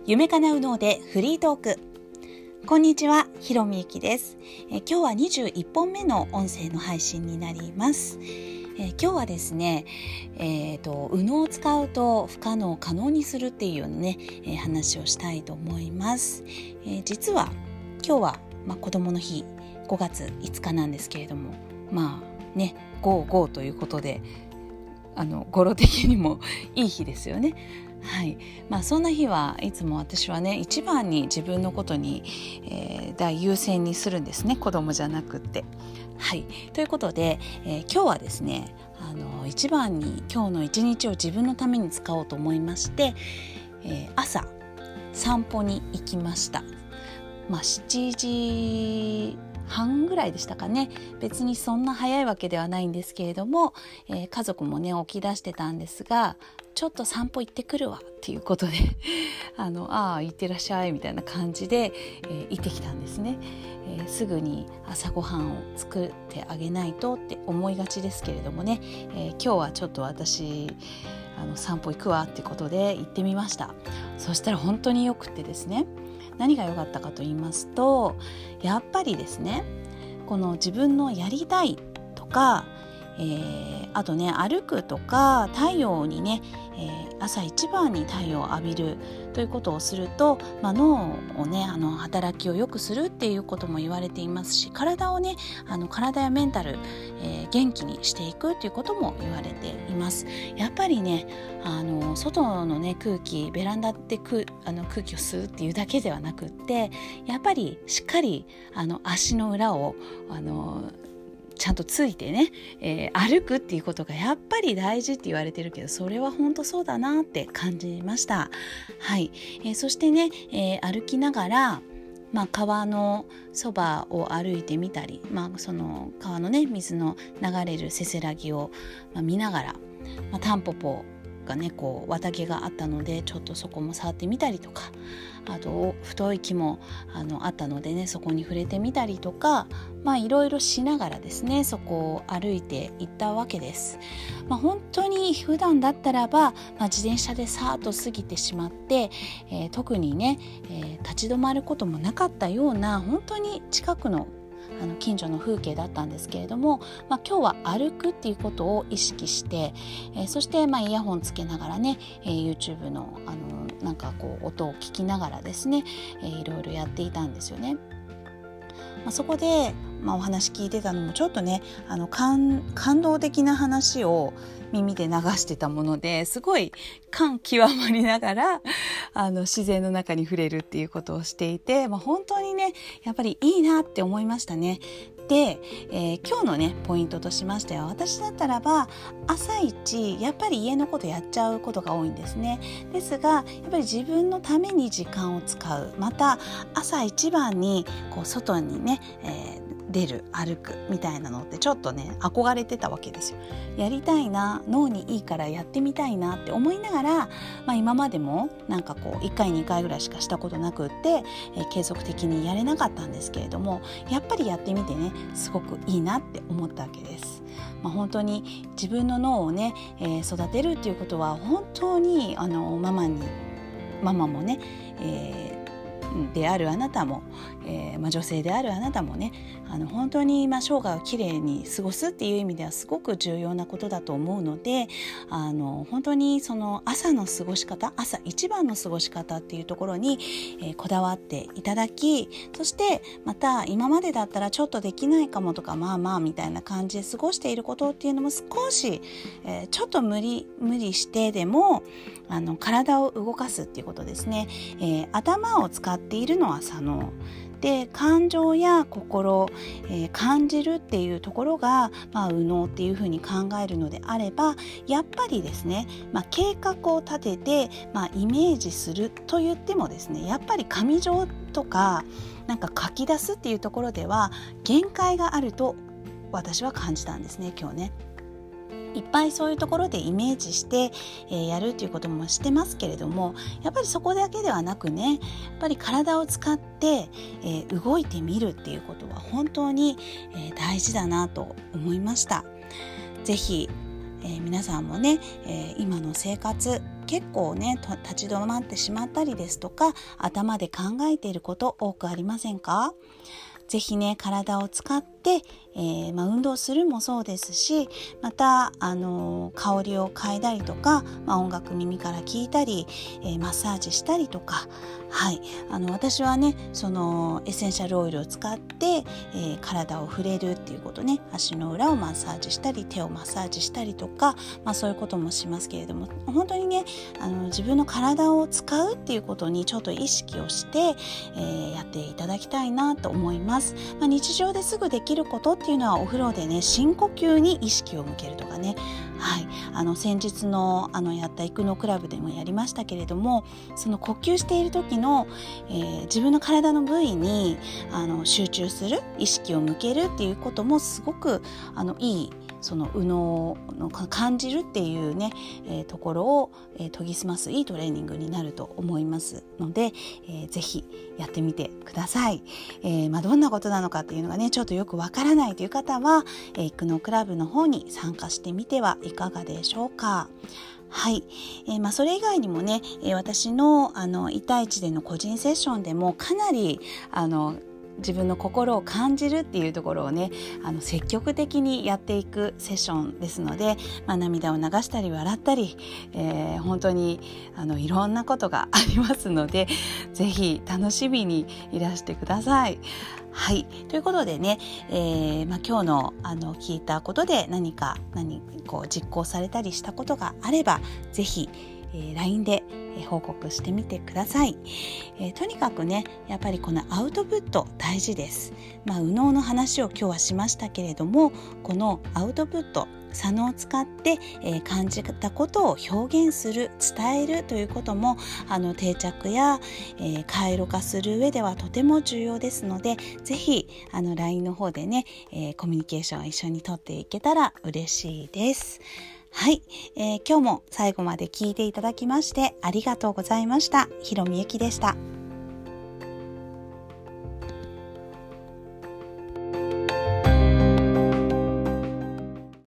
夢叶う脳でフリートーク。こんにちは、ひろみゆきです。今日は21本目の音声の配信になります。今日はですね、右脳を使うと不可能を可能にするっていうようなね、話をしたいと思います。実は今日は、子供の日5月5日なんですけれども、ゴーゴーということで、語呂的にもいい日ですよね。はい。そんな日はいつも私はね、一番に自分のことに、第優先にするんですね。子供じゃなくって。はい。ということで、今日はですね、一番に今日の一日を自分のために使おうと思いまして、朝散歩に行きました。7時半ぐらいでしたかね。別にそんな早いわけではないんですけれども、家族もね起き出してたんですが、ちょっと散歩行ってくるわっていうことで行ってらっしゃいみたいな感じで、行ってきたんですね。すぐに朝ごはんを作ってあげないとって思いがちですけれどもね、今日はちょっと私散歩行くわってことで行ってみました。そしたら本当によくってですね、何が良かったかと言いますと、やっぱりですね、この自分のやりたいとか、あとね、歩くとか太陽にね、朝一番に太陽を浴びるということをすると、脳をね働きを良くするっていうことも言われていますし、体をね体やメンタル、元気にしていくということも言われています。やっぱりね外のね空気、ベランダで空気を吸うっていうだけではなくって、やっぱりしっかり足の裏をちゃんとついてね、歩くっていうことがやっぱり大事って言われてるけど、それは本当そうだなって感じました。はい。そしてね、歩きながら川のそばを歩いてみたり、その川のね水の流れるせせらぎを見ながら、タンポポがねこう綿毛があったので、ちょっとそこも触ってみたりとか、あと太い木もあったのでね、そこに触れてみたりとか、いろいろしながらですね、そこを歩いていったわけです。本当に普段だったらば、自転車でさーっと過ぎてしまって、特にね、立ち止まることもなかったような、本当に近くの近所の風景だったんですけれども、今日は歩くっていうことを意識して、そしてイヤホンつけながらね、YouTube の音を聞きながらですね、いろいろやっていたんですよね。そこで、お話聞いてたのもちょっとね感動的な話を耳で流してたもので、すごい感極まりながら自然の中に触れるっていうことをしていて、本当にねやっぱりいいなって思いましたね。で、今日のねポイントとしましては、私だったらば朝一やっぱり家のことやっちゃうことが多いんですね。ですがやっぱり自分のために時間を使う、また朝一番にこう外にね、出る、歩くみたいなのってちょっとね憧れてたわけですよ。やりたいな、脳にいいからやってみたいなって思いながら、今までも1回2回ぐらいしかしたことなくって、継続的にやれなかったんですけれども、やっぱりやってみてねすごくいいなって思ったわけです。本当に自分の脳をね、育てるっていうことは本当にママもね、であるあなたも、女性であるあなたもね本当に生涯をきれいに過ごすっていう意味ではすごく重要なことだと思うので、本当にその朝の過ごし方、朝一番の過ごし方っていうところに、こだわっていただき、そしてまた今までだったらちょっとできないかもとかみたいな感じで過ごしていることっていうのも少し、ちょっと無理してでも体を動かすっていうことですね。頭を使っているのは左脳で、感情や心、感じるっていうところが、右脳っていうふうに考えるのであれば、やっぱりですね、計画を立てて、イメージすると言ってもですね、やっぱり紙状とか書き出すっていうところでは限界があると私は感じたんですね、今日ね。いっぱいそういうところでイメージして、やるっていうこともしてますけれども、やっぱりそこだけではなくね、やっぱり体を使って、動いてみるっていうことは本当に、大事だなと思いました。ぜひ、皆さんもね、今の生活結構ね立ち止まってしまったりですとか、頭で考えていること多くありませんか？ぜひね体を使って、運動するもそうですし、また香りを嗅いだりとか、音楽耳から聞いたり、マッサージしたりとか、私はねそのエッセンシャルオイルを使って、体を触れるっていうことね、足の裏をマッサージしたり手をマッサージしたりとか、そういうこともしますけれども、本当にね自分の体を使うっていうことにちょっと意識をして、やっていただきたいなと思います。日常ですぐできることっていうのは、お風呂でね深呼吸に意識を向けるとかね、先日のやったイクノクラブでもやりましたけれども、その呼吸している時の、自分の体の部位に集中する、意識を向けるっていうこともすごくいい、その右脳の感じるっていうね、ところを、研ぎ澄ますいいトレーニングになると思いますので、ぜひやってみてください。どんなことなのかっていうのがねちょっとよくわからないという方は、イクノクラブの方に参加してみてはいかがでしょうか。それ以外にもね、私の1対1での個人セッションでもかなり自分の心を感じるっていうところをね積極的にやっていくセッションですので、涙を流したり笑ったり、本当にいろんなことがありますので、ぜひ楽しみにいらしてください。ということでね、今日の聞いたことで何実行されたりしたことがあれば、ぜひLINE で報告してみてください。とにかくねやっぱりこのアウトプット大事です。右脳の話を今日はしましたけれども、このアウトプット、左脳を使って、感じたことを表現する、伝えるということも定着や、回路化する上ではとても重要ですので、ぜひLINE の方でね、コミュニケーションを一緒に取っていけたら嬉しいです。今日も最後まで聞いていただきましてありがとうございました。ひろみゆきでした。